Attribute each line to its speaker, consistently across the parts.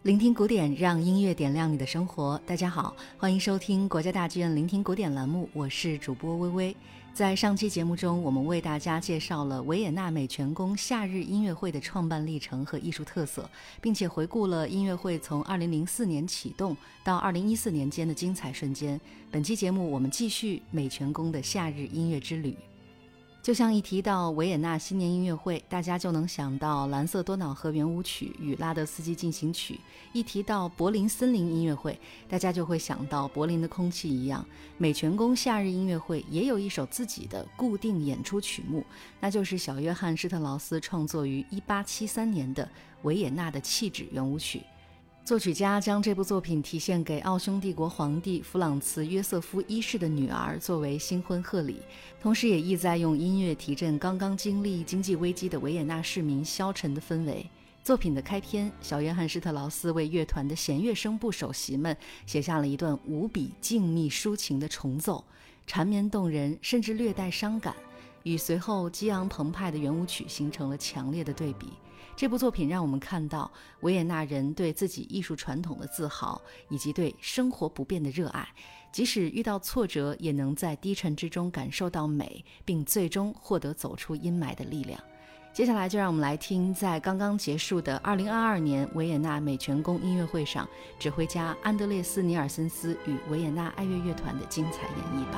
Speaker 1: 聆听古典，让音乐点亮你的生活。大家好，欢迎收听国家大剧院聆听古典栏目，我是主播微微。在上期节目中，我们为大家介绍了维也纳美泉宫夏日音乐会的创办历程和艺术特色，并且回顾了音乐会从2004年启动到2014年间的精彩瞬间。本期节目我们继续美泉宫的夏日音乐之旅。就像一提到维也纳新年音乐会，大家就能想到蓝色多瑙河圆舞曲与拉德斯基进行曲；一提到柏林森林音乐会，大家就会想到柏林的空气一样。美泉宫夏日音乐会也有一首自己的固定演出曲目，那就是小约翰施特劳斯创作于1873年的维也纳的气质圆舞曲。作曲家将这部作品题献给奥匈帝国皇帝弗朗茨约瑟夫一世的女儿作为新婚贺礼，同时也意在用音乐提振刚刚经历经济危机的维也纳市民消沉的氛围。作品的开篇，小约翰施特劳斯为乐团的弦乐声部首席们写下了一段无比静谧抒情的重奏，缠绵动人，甚至略带伤感，与随后激昂澎湃的圆舞曲形成了强烈的对比。这部作品让我们看到维也纳人对自己艺术传统的自豪，以及对生活不变的热爱，即使遇到挫折也能在低沉之中感受到美，并最终获得走出阴霾的力量。接下来就让我们来听在刚刚结束的2022年维也纳美泉宫音乐会上，指挥家安德烈斯·尼尔森斯与维也纳爱乐乐团的精彩演绎吧。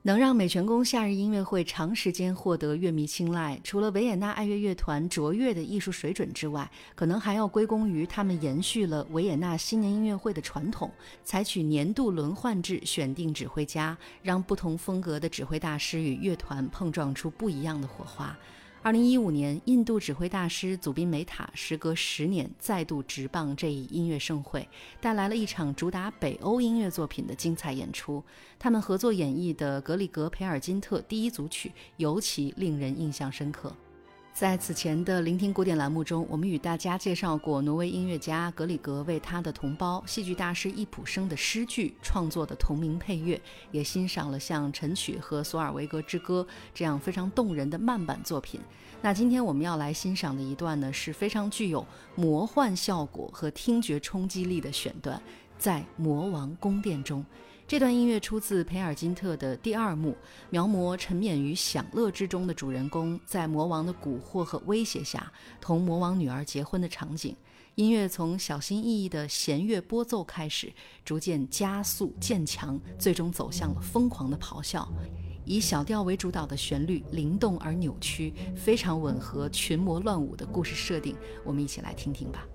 Speaker 1: 能让美泉宫夏日音乐会长时间获得乐迷青睐，除了维也纳爱乐乐团卓越的艺术水准之外，可能还要归功于他们延续了维也纳新年音乐会的传统，采取年度轮换制选定指挥家，让不同风格的指挥大师与乐团碰撞出不一样的火花。2015年，印度指挥大师祖宾梅塔时隔10年再度执棒这一音乐盛会，带来了一场主打北欧音乐作品的精彩演出。他们合作演绎的格里格培尔金特第一组曲尤其令人印象深刻。在此前的聆听古典栏目中，我们与大家介绍过挪威音乐家格里格为他的同胞戏剧大师易卜生的诗句创作的同名配乐，也欣赏了像晨曲和索尔维格之歌这样非常动人的慢板作品。那今天我们要来欣赏的一段呢，是非常具有魔幻效果和听觉冲击力的选段，在魔王宫殿中。这段音乐出自培尔金特的第2幕，描摹沉湎于享乐之中的主人公在魔王的蛊惑和威胁下同魔王女儿结婚的场景。音乐从小心翼翼的弦乐拨奏开始，逐渐加速渐强，最终走向了疯狂的咆哮。以小调为主导的旋律灵动而扭曲，非常吻合群魔乱舞的故事设定，我们一起来听听吧。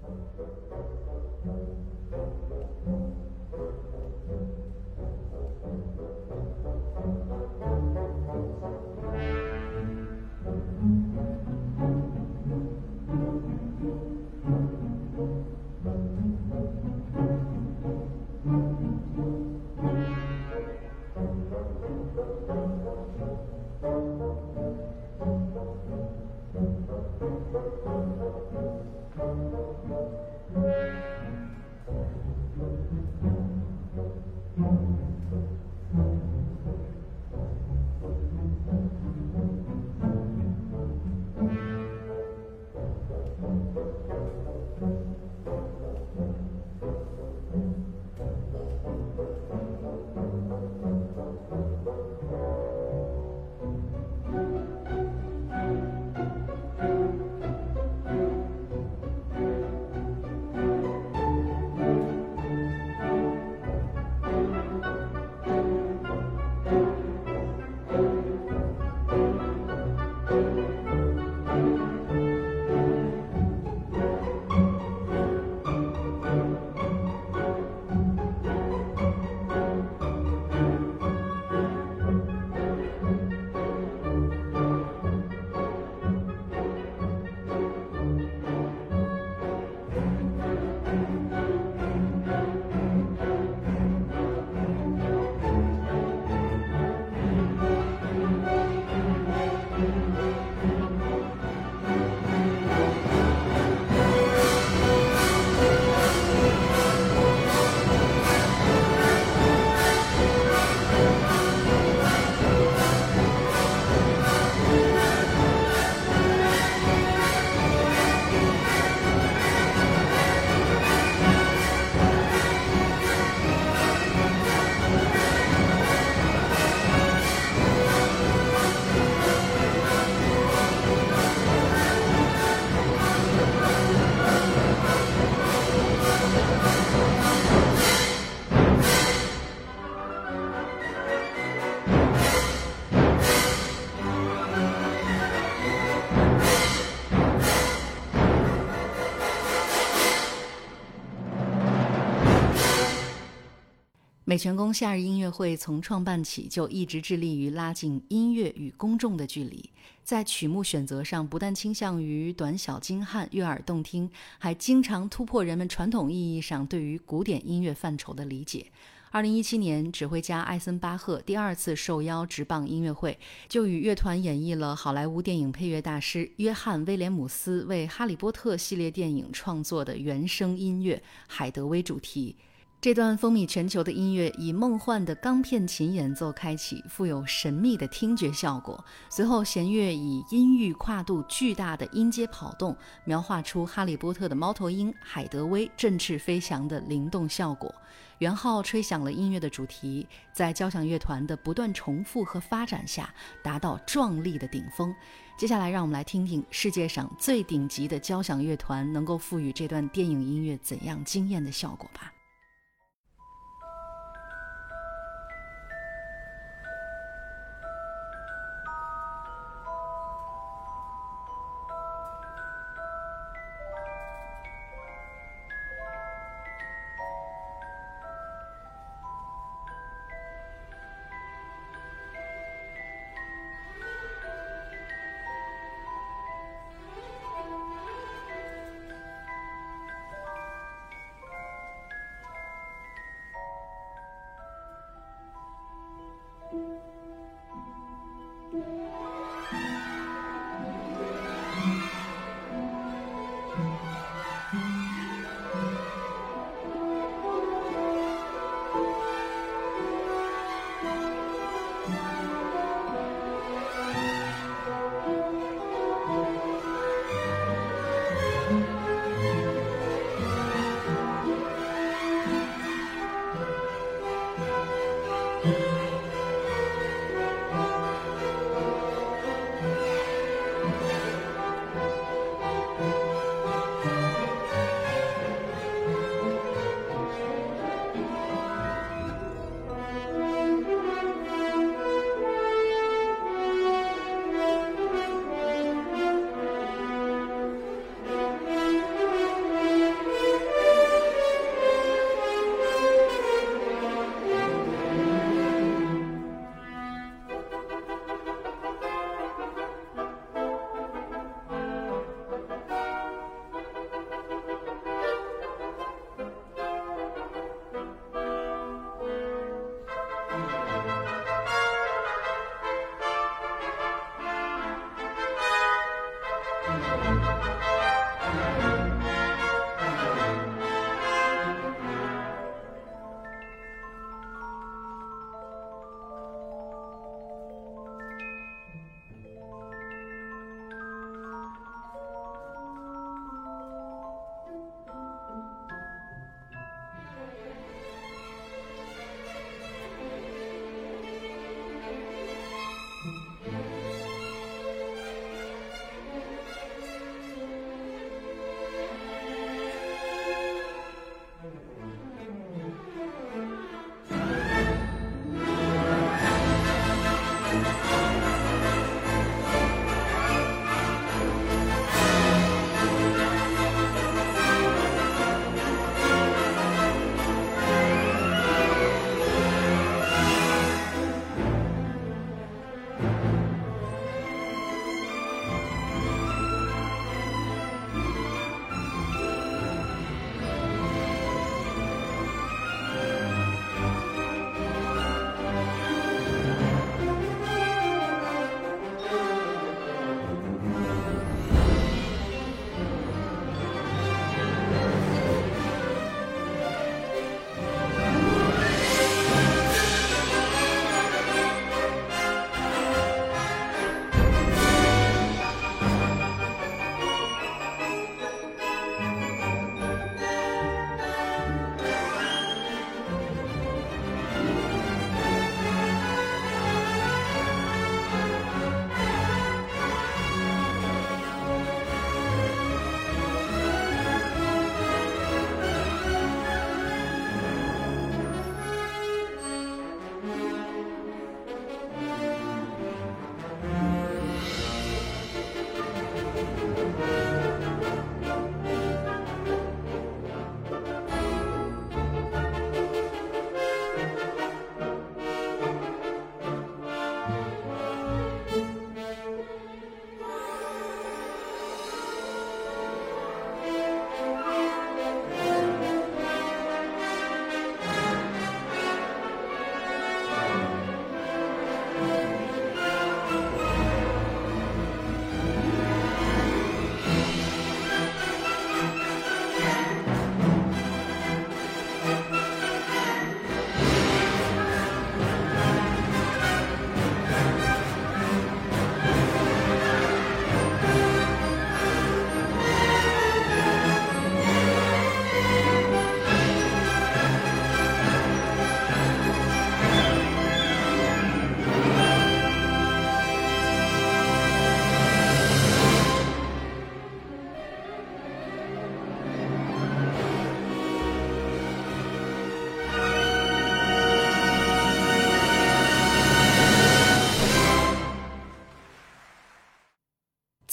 Speaker 1: 美泉宫夏日音乐会从创办起就一直致力于拉近音乐与公众的距离，在曲目选择上不但倾向于短小精悍、悦耳动听，还经常突破人们传统意义上对于古典音乐范畴的理解。2017年，指挥家艾森巴赫第2次受邀执棒音乐会，就与乐团演绎了好莱坞电影配乐大师约翰·威廉姆斯为《哈利波特》系列电影创作的原声音乐《海德薇》主题。这段风靡全球的音乐以梦幻的钢片琴演奏开启，富有神秘的听觉效果。随后弦乐以音域跨度巨大的音阶跑动，描画出哈利波特的猫头鹰海德薇振翅飞翔的灵动效果。圆号吹响了音乐的主题，在交响乐团的不断重复和发展下，达到壮丽的顶峰。接下来让我们来听听世界上最顶级的交响乐团能够赋予这段电影音乐怎样惊艳的效果吧。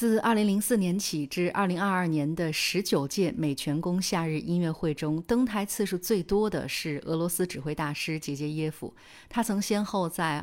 Speaker 1: 自2004年起至2022年的19届美全宫夏日音乐会中，登台次数最多的是俄罗斯指挥大师杰杰耶夫。他曾先后在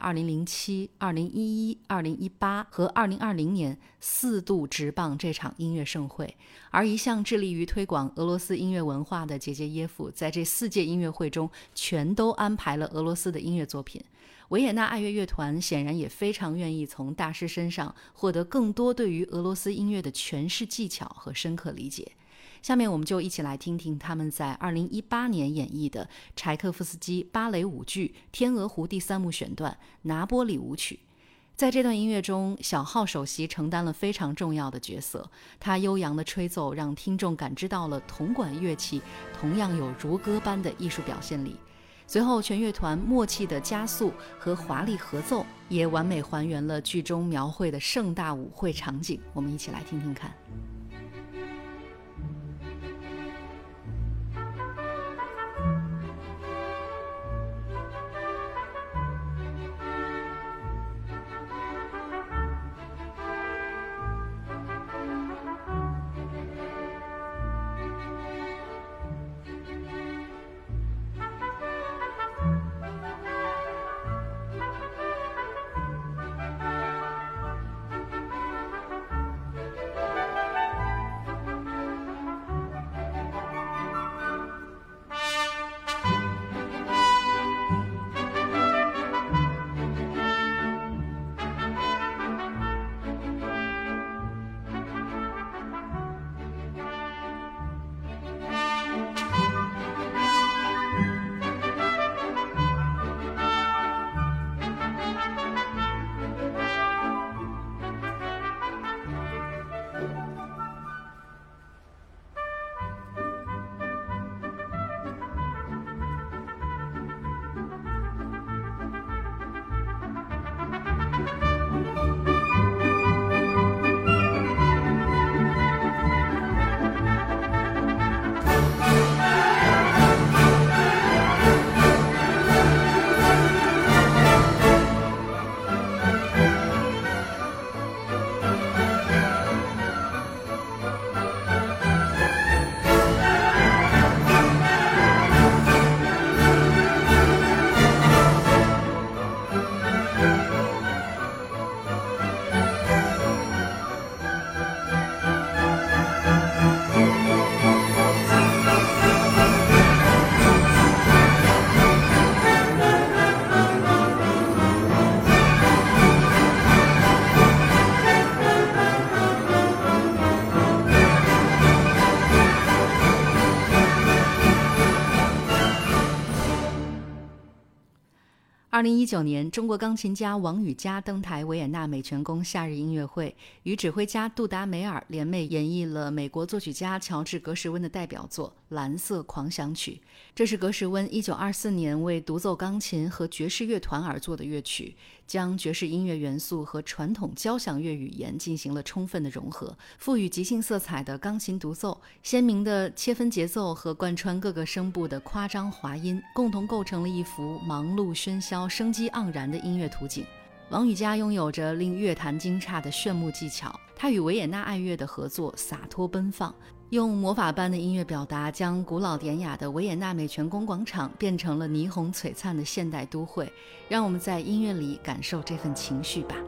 Speaker 1: 2007、2011、2018和2020年4度执棒这场音乐盛会。而一向致力于推广俄罗斯音乐文化的杰杰耶夫，在这4届音乐会中全都安排了俄罗斯的音乐作品。维也纳爱乐乐团显然也非常愿意从大师身上获得更多对于俄罗斯音乐的诠释技巧和深刻理解。下面我们就一起来听听他们在2018年演绎的柴可夫斯基芭蕾舞剧《天鹅湖》第3幕选段拿波里舞曲。在这段音乐中，小号首席承担了非常重要的角色，他悠扬的吹奏让听众感知到了铜管乐器同样有如歌般的艺术表现力。随后全乐团默契的加速和华丽合奏也完美还原了剧中描绘的盛大舞会场景，我们一起来听听看。2019年，中国钢琴家王羽佳登台维也纳美全宫夏日音乐会，与指挥家杜达梅尔联袂演绎了美国作曲家乔治·格什温的代表作《蓝色狂想曲》。这是格什温1924年为独奏钢琴和爵士乐团而作的乐曲，将爵士音乐元素和传统交响乐语言进行了充分的融合，赋予即兴色彩的钢琴独奏，鲜明的切分节奏和贯穿各个声部的夸张滑音，共同构成了一幅忙碌喧嚣、生机盎然的音乐图景。王羽佳拥有着令乐坛惊诧的炫目技巧，他与维也纳爱乐的合作洒脱奔放，用魔法般的音乐表达，将古老典雅的维也纳美全宫广场变成了霓虹璀璨的现代都会。让我们在音乐里感受这份情绪吧。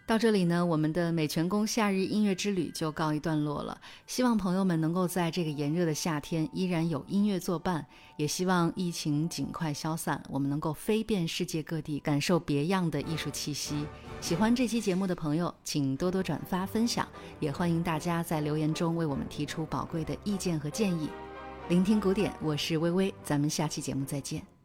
Speaker 1: 到这里呢，我们的美泉宫夏日音乐之旅就告一段落了。希望朋友们能够在这个炎热的夏天依然有音乐作伴，也希望疫情尽快消散，我们能够飞遍世界各地，感受别样的艺术气息。喜欢这期节目的朋友，请多多转发分享，也欢迎大家在留言中为我们提出宝贵的意见和建议。聆听古典，我是微微，咱们下期节目再见。